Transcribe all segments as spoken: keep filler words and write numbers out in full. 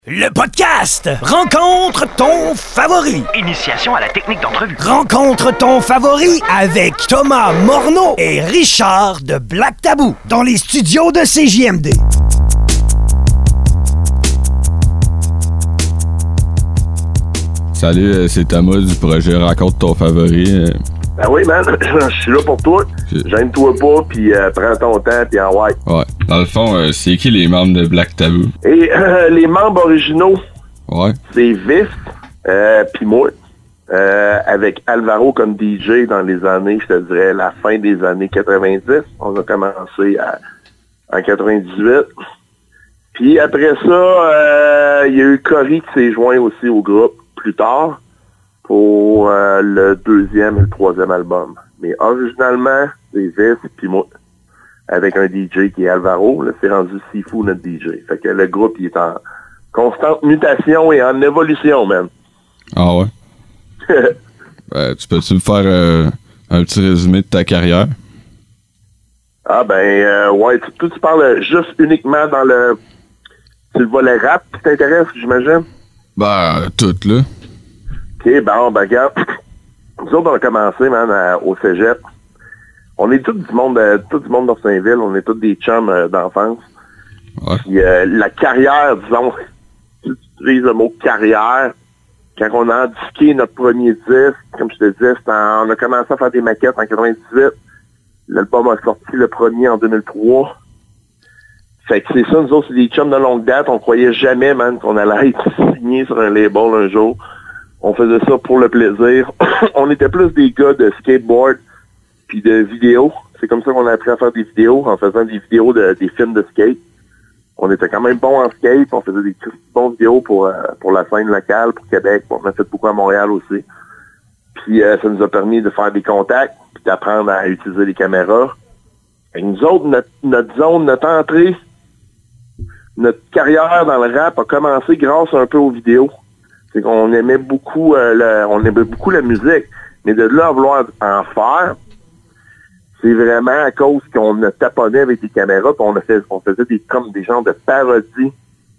Le podcast Rencontre ton favori. Initiation à la technique d'entrevue. Rencontre ton favori avec Thomas Morneau et Richard de Black Tabou dans les studios de C J M D. Salut, c'est Thomas du projet Rencontre ton favori. Ben oui, man, je suis là pour toi. Gêne-toi pas, puis euh, prends ton temps, puis en white. Ouais. Dans le fond, euh, c'est qui les membres de Black Tabou? Et euh, les membres originaux, Ouais. c'est Vif, euh, puis moi, euh, avec Alvaro comme D J dans les années, je te dirais, la fin des années quatre-vingt-dix. On a commencé à, en quatre-vingt-dix-huit. Puis après ça, euh, il y a eu Cory qui s'est joint aussi au groupe plus tard pour euh, le deuxième et le troisième album. Mais originalement, c'est Vif puis moi, avec un D J qui est Alvaro. Là, c'est rendu Sifu, notre D J. Fait que le groupe, il est en constante mutation et en évolution, man. Ah ouais? ben, tu peux-tu me faire euh, un petit résumé de ta carrière? Ah ben, euh, ouais, tu, toi, tu parles juste uniquement dans le... C'est le volet rap qui t'intéresse, j'imagine? Ben, tout, là. OK, bon, ben, regarde. Nous autres, on a commencé, man, à, au cégep. On est tous du monde, euh, tout du monde d'Orsainville. On est tous des chums euh, d'enfance. Ouais. Puis euh, la carrière, disons, si tu utilises le mot carrière, quand on a indiqué notre premier disque, comme je te disais, en, on a commencé à faire des maquettes en quatre-vingt-dix-huit. L'album a sorti le premier en deux mille trois. Fait que c'est ça, nous autres, c'est des chums de longue date. On croyait jamais, man, qu'on allait être signé sur un label un jour. On faisait ça pour le plaisir. On était plus des gars de skateboard puis de vidéos. C'est comme ça qu'on a appris à faire des vidéos, en faisant des vidéos de des films de skate. On était quand même bons en skate. On faisait des bonnes vidéos pour, euh, pour la scène locale, pour Québec. On a fait beaucoup à Montréal aussi. Puis euh, ça nous a permis de faire des contacts puis d'apprendre à utiliser les caméras. Et nous autres, notre, notre zone, notre entrée, notre carrière dans le rap a commencé grâce un peu aux vidéos. C'est qu'on aimait beaucoup euh, le, on aimait beaucoup la musique, mais de là à vouloir en faire, c'est vraiment à cause qu'on a taponné avec des caméras, puis on a fait, on faisait des comme des genres de parodies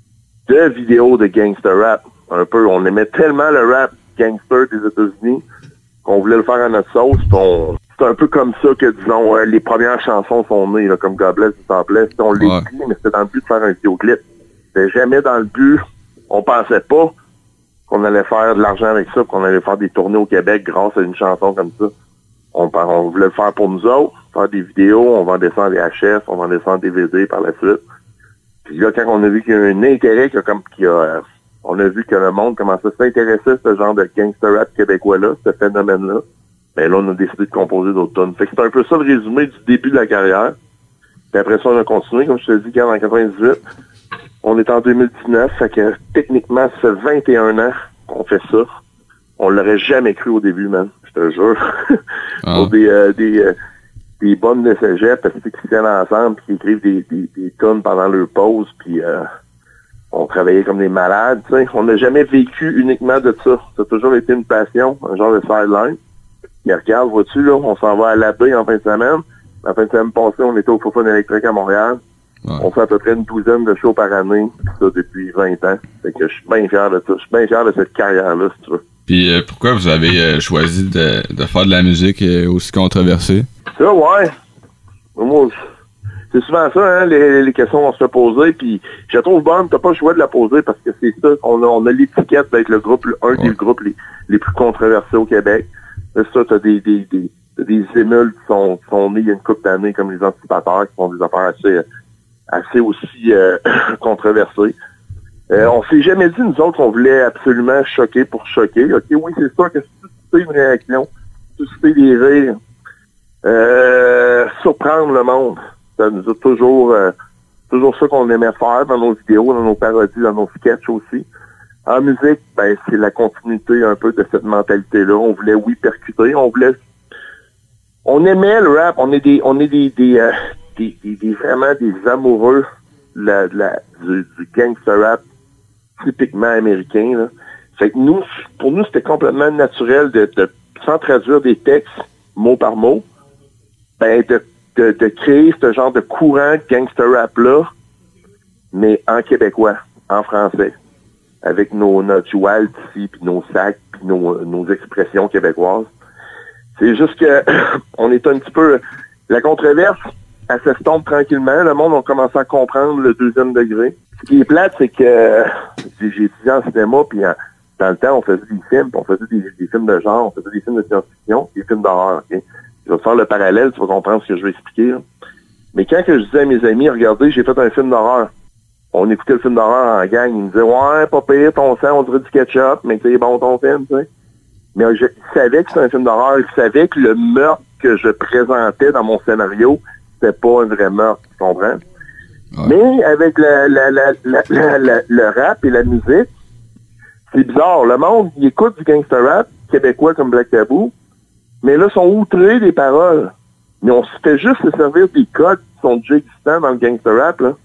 de vidéos de gangster rap. Un peu, on aimait tellement le rap gangster des États-Unis qu'on voulait le faire à notre sauce. On, c'est un peu comme ça que, disons, euh, les premières chansons sont nées, là, comme God Bless, God Bless. On l'a Ouais. dit, mais c'était dans le but de faire un vidéoclip. C'était jamais dans le but, on pensait pas qu'on allait faire de l'argent avec ça, qu'on allait faire des tournées au Québec grâce à une chanson comme ça. On, on voulait le faire pour nous autres, faire des vidéos, on vendait ça en V H S, on vendait ça en D V D par la suite. Puis là, quand on a vu qu'il y a un intérêt, qu'il y a comme, qu'il y a, euh, on a vu que le monde commençait à s'intéresser à ce genre de gangster rap québécois-là, ce phénomène-là, ben là, on a décidé de composer d'autres tonnes. Fait que c'est un peu ça le résumé du début de la carrière. Puis après ça, on a continué, comme je te dis, quand en quatre-vingt-dix-huit. On est en deux mille dix-neuf, fait que techniquement, ça fait vingt et un ans qu'on fait ça. On l'aurait jamais cru au début, man. Je te jure. Ah. Pour des, euh, des, euh, des bonnes de cégep, parce qu'ils se tiennent ensemble, puis qu'ils écrivent des, des, des tonnes pendant leur pause, puis euh, on travaillait comme des malades, tu sais. On n'a jamais vécu uniquement de ça. Ça a toujours été une passion, un genre de sideline. Mais regarde, vois-tu, là, on s'en va à la baie en fin de semaine. La fin de semaine passée, on était au Fofone électrique à Montréal. Ouais. On fait à peu près une douzaine de shows par année, ça depuis vingt ans. Fait que je suis bien fier de ça. Je suis bien fier de cette carrière-là, si tu veux. Puis euh, pourquoi vous avez euh, choisi de, de faire de la musique euh, aussi controversée? Ça, ouais. Moi, c'est souvent ça, hein, les, les questions vont se poser, puis je la trouve bonne, t'as pas le choix de la poser parce que c'est ça, on a, on a l'étiquette d'être le groupe, un Ouais. des groupes les, les plus controversés au Québec. C'est ça, t'as des, des, des, t'as des émules qui sont, qui sont nés il y a une couple d'années, comme les Anticipateurs, qui font des affaires assez, assez aussi euh, controversées. Euh, on s'est jamais dit, nous autres, qu'on voulait absolument choquer pour choquer. OK, oui, c'est sûr que susciter une réaction, susciter des rires, euh, surprendre le monde. Ça nous a toujours, euh, toujours ça qu'on aimait faire dans nos vidéos, dans nos parodies, dans nos sketchs aussi. En musique, ben, c'est la continuité un peu de cette mentalité-là. On voulait, oui, percuter. On voulait, on aimait le rap. On est des, on est des, des, euh, des, des, des vraiment des amoureux de la, de la, du, du gangster rap typiquement américain, là. Fait que nous, pour nous, c'était complètement naturel de, de sans traduire des textes mot par mot, ben, de, de, de créer ce genre de courant gangster rap-là, mais en québécois, en français. avec nos, notre joual ici, puis nos sacs, puis nos, nos expressions québécoises. C'est juste que on est un petit peu... La controverse, elle s'estompe tranquillement. Le monde a commencé à comprendre le deuxième degré. Ce qui est plate, c'est que j'ai, j'ai étudié en cinéma, puis en, dans le temps, on faisait des films, puis on faisait des, des films de genre, on faisait des films de science-fiction, des films d'horreur. Okay? Je vais te faire le parallèle, tu vas comprendre ce que je vais expliquer. Là. Mais quand que je disais à mes amis, regardez, j'ai fait un film d'horreur. On écoutait le film d'horreur en gang, ils me disaient, ouais, pas pire, ton sang, on dirait du ketchup, mais c'est bon ton film, tu sais. Mais je savais que c'était un film d'horreur, je savais que le meurtre que je présentais dans mon scénario, c'était pas un vrai meurtre, tu comprends? Ouais. Mais avec la, la, la, la, la, la, le rap et la musique, c'est bizarre. Le monde, il écoute du gangster rap québécois comme Black Tabou, mais là, ils sont outrés des paroles. Mais on se fait juste se servir des codes qui sont déjà existants dans le gangster rap, là.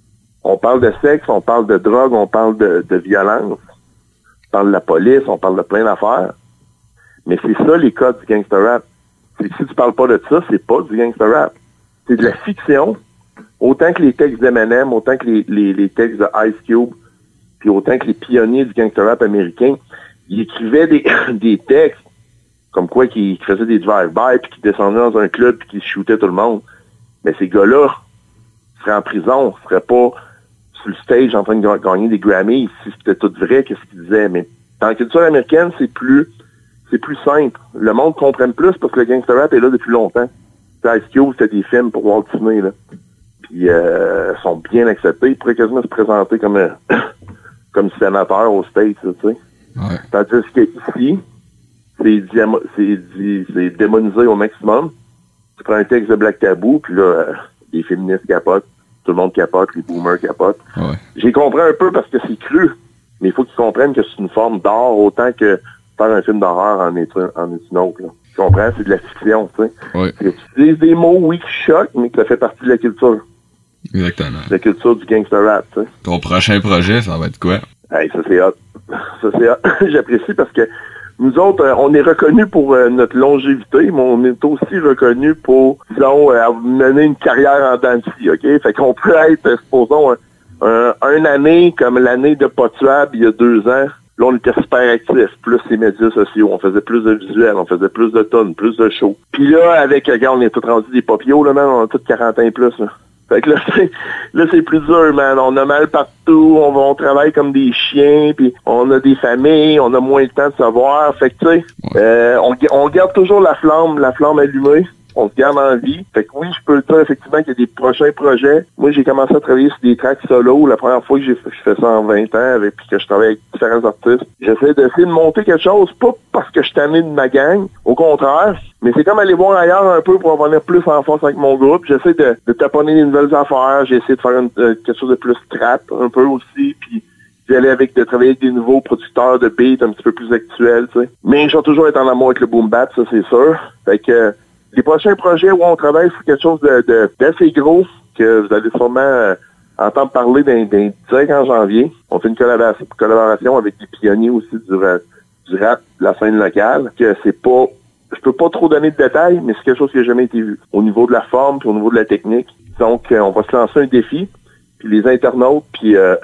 On parle de sexe, on parle de drogue, on parle de, de violence, on parle de la police, on parle de plein d'affaires. Mais c'est ça les codes du gangster rap. C'est que si tu parles pas de ça, c'est pas du gangster rap. C'est de la fiction. Autant que les textes d'Eminem, autant que les, les, les textes de Ice Cube, puis autant que les pionniers du gangster rap américain, ils écrivaient des, des textes comme quoi qu'ils faisaient des drive-by, puis qu'ils descendaient dans un club, puis qu'ils shootaient tout le monde. Mais ces gars-là seraient en prison, seraient pas sur le stage en train de gagner des Grammys si c'était tout vrai, qu'est-ce qu'ils disaient. Mais dans la culture américaine, c'est plus c'est plus simple. Le monde comprenne plus parce que le gangster rap est là depuis longtemps. Ice Cube, c'était des films pour Walt Disney, là. Puis, euh, sont bien acceptés. Ils pourraient quasiment se présenter comme, euh, comme sénateur aux States, tu sais. Ouais. Tandis que ici, c'est, diamo- c'est, di- c'est démonisé au maximum. Tu prends un texte de Black Tabou, puis là, euh, les féministes capotent, tout le monde capote, les boomers capotent. Ouais. J'ai compris un peu parce que c'est cru, mais il faut qu'ils comprennent que c'est une forme d'art autant que faire un film d'horreur en est, en est une autre, là. Tu comprends? C'est de la fiction, tu sais. Oui. Tu utilises des mots, oui, qui choquent, mais que ça fait partie de la culture. Exactement. La culture du gangster rap, tu sais. Ton prochain projet, ça va être quoi? Hey, ça c'est hot. Ça c'est hot. J'apprécie parce que nous autres, euh, on est reconnus pour euh, notre longévité, mais on est aussi reconnus pour, disons, euh, mener une carrière en dents de scie, OK? Fait qu'on peut être, euh, supposons, un, un, un année comme l'année de Potuab il y a deux ans. Là, on était super actifs, plus les médias sociaux, on faisait plus de visuels, on faisait plus de tonnes, plus de shows. Puis là, avec, regarde, on est tous rendus des popios, là, man, on a tous quarante ans et plus, là. Fait que là, c'est, là, c'est plus dur, man. On a mal partout, on, on travaille comme des chiens, puis on a des familles, on a moins de temps de savoir. Fait que, tu sais, euh, on, on garde toujours la flamme, la flamme allumée. On se garde en vie. Fait que oui, je peux le dire effectivement qu'il y a des prochains projets. Moi, j'ai commencé à travailler sur des tracks solo. La première fois que j'ai fait, je fais ça en vingt ans, avec puis que je travaille avec différents artistes. J'essaie d'essayer de monter quelque chose, pas parce que je suis tanné de ma gang, au contraire, mais c'est comme aller voir ailleurs un peu pour revenir plus en force avec mon groupe. J'essaie de, de taponner des nouvelles affaires. J'ai essayé de faire une, euh, quelque chose de plus trap un peu aussi, puis d'y aller avec, de travailler avec des nouveaux producteurs de beats un petit peu plus actuels, tu sais. Mais je vais toujours être en amour avec le boom bap, ça c'est sûr. Fait que les prochains projets où on travaille, c'est quelque chose de, de, d'assez gros que vous allez sûrement euh, entendre parler d'un, d'un direct en janvier. On fait une collaboration, collaboration avec des pionniers aussi du, du rap de la scène locale, que c'est pas, je peux pas trop donner de détails, mais c'est quelque chose qui n'a jamais été vu. Au niveau de la forme puis au niveau de la technique. Donc, euh, on va se lancer un défi, puis les internautes puis euh,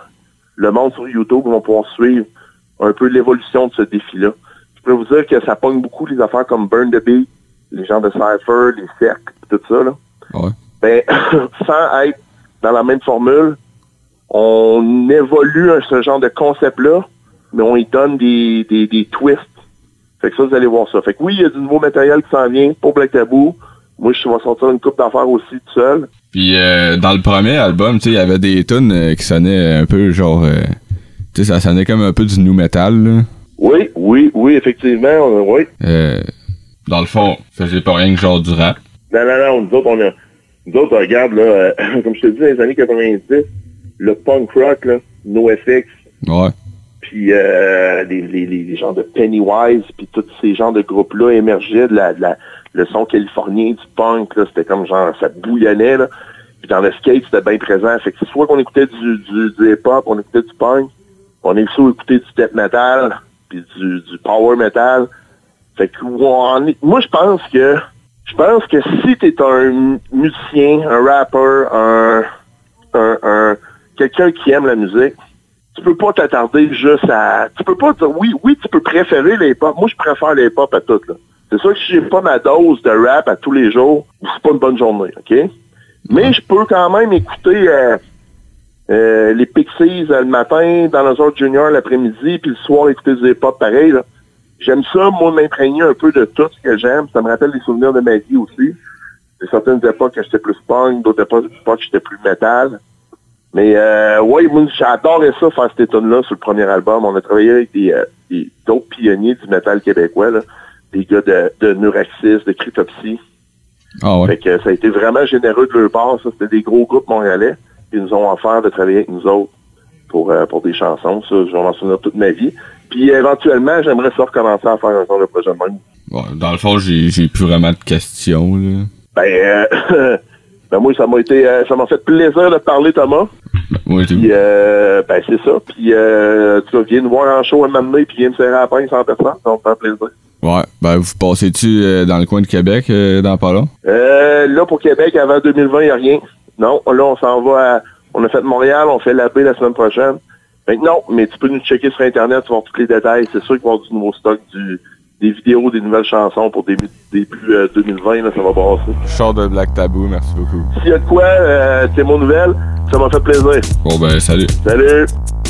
le monde sur YouTube vont pouvoir suivre un peu l'évolution de ce défi-là. Je peux vous dire que ça pogne beaucoup les affaires comme Burn the Beat, les gens de Cypher, les cercles, tout ça, là. Ouais. Ben, sans être dans la même formule, on évolue à ce genre de concept-là, mais on y donne des, des, des twists. Fait que ça, vous allez voir ça. Fait que oui, il y a du nouveau matériel qui s'en vient pour Black Tabou. Moi, je vais sortir une coupe d'affaires aussi tout seul. Puis euh, dans le premier album, tu sais, il y avait des tunes euh, qui sonnaient un peu genre... Euh, tu sais, ça sonnait comme un peu du nu metal, là. Oui, oui, oui, effectivement, euh, oui. Euh... Dans le fond, faisait pas rien que genre du rap. Non, non, non, nous autres, on a, nous autres, regarde, là, euh, comme je te dis, dans les années quatre-vingt-dix, le punk rock, là, NoFX. Ouais. Puis, euh, les, les, les, les gens de Pennywise, puis tous ces genres de groupes-là émergeaient de la, de la, le son californien du punk, là, c'était comme genre, ça bouillonnait, là. Puis dans le skate, c'était bien présent. Fait que soit qu'on écoutait du, du, du hip-hop, on écoutait du punk, on est soit écouter du death metal, puis du, du power metal. Fait que on est, moi je pense que je pense que si t'es un musicien, un rappeur, un, un, un quelqu'un qui aime la musique, tu peux pas t'attarder juste à... Tu peux pas dire... Oui, oui, tu peux préférer les pop. Moi, je préfère les pop à toutes, là. C'est sûr que si j'ai pas ma dose de rap à tous les jours, c'est pas une bonne journée, OK? Mais je peux quand même écouter euh, euh, les Pixies euh, le matin, Dinosaur Junior l'après-midi, puis le soir écouter des pop pareil, là. J'aime ça, moi, m'imprégner un peu de tout ce que j'aime. Ça me rappelle des souvenirs de ma vie aussi. C'est certaines époques que j'étais plus punk, d'autres époques que j'étais plus métal. Mais euh, ouais, moi, j'adorais ça, faire cette étonne-là sur le premier album. On a travaillé avec des, euh, des d'autres pionniers du métal québécois, là. Des gars de, de Neuraxis, de Cryptopsy. Ah ouais. Fait que ça a été vraiment généreux de leur part. Ça, c'était des gros groupes montréalais qui nous ont offert de travailler avec nous autres pour, euh, pour des chansons. Ça, je vais m'en souvenir toute ma vie. Puis éventuellement, j'aimerais ça recommencer à faire un genre de projet de même. Bon, dans le fond, j'ai, j'ai plus vraiment de questions, là. Ben, euh, ben moi, ça m'a été, euh, ça m'a fait plaisir de te parler, Thomas. Ouais, t'es Puis, euh, ben, c'est ça. Puis, euh, tu vas viens nous voir en show à m'amener, puis viens me serrer à la pince en personne. Ça va me faire plaisir. Ouais. Ben, vous passez-tu euh, dans le coin de Québec, euh, dans pas long? Euh, là, pour Québec, avant deux mille vingt, il n'y a rien. Non, là, on s'en va à... On a fait Montréal, on fait la baie la semaine prochaine. Fait que non, mais tu peux nous checker sur Internet, tu vas voir tous les détails. C'est sûr qu'il va y avoir du nouveau stock, du, des vidéos, des nouvelles chansons pour début, début euh, deux mille vingt, là, ça va passer. Char de Black Tabou, merci beaucoup. S'il y a de quoi, euh, c'est mon nouvelle, ça m'a fait plaisir. Bon, ben, salut. Salut!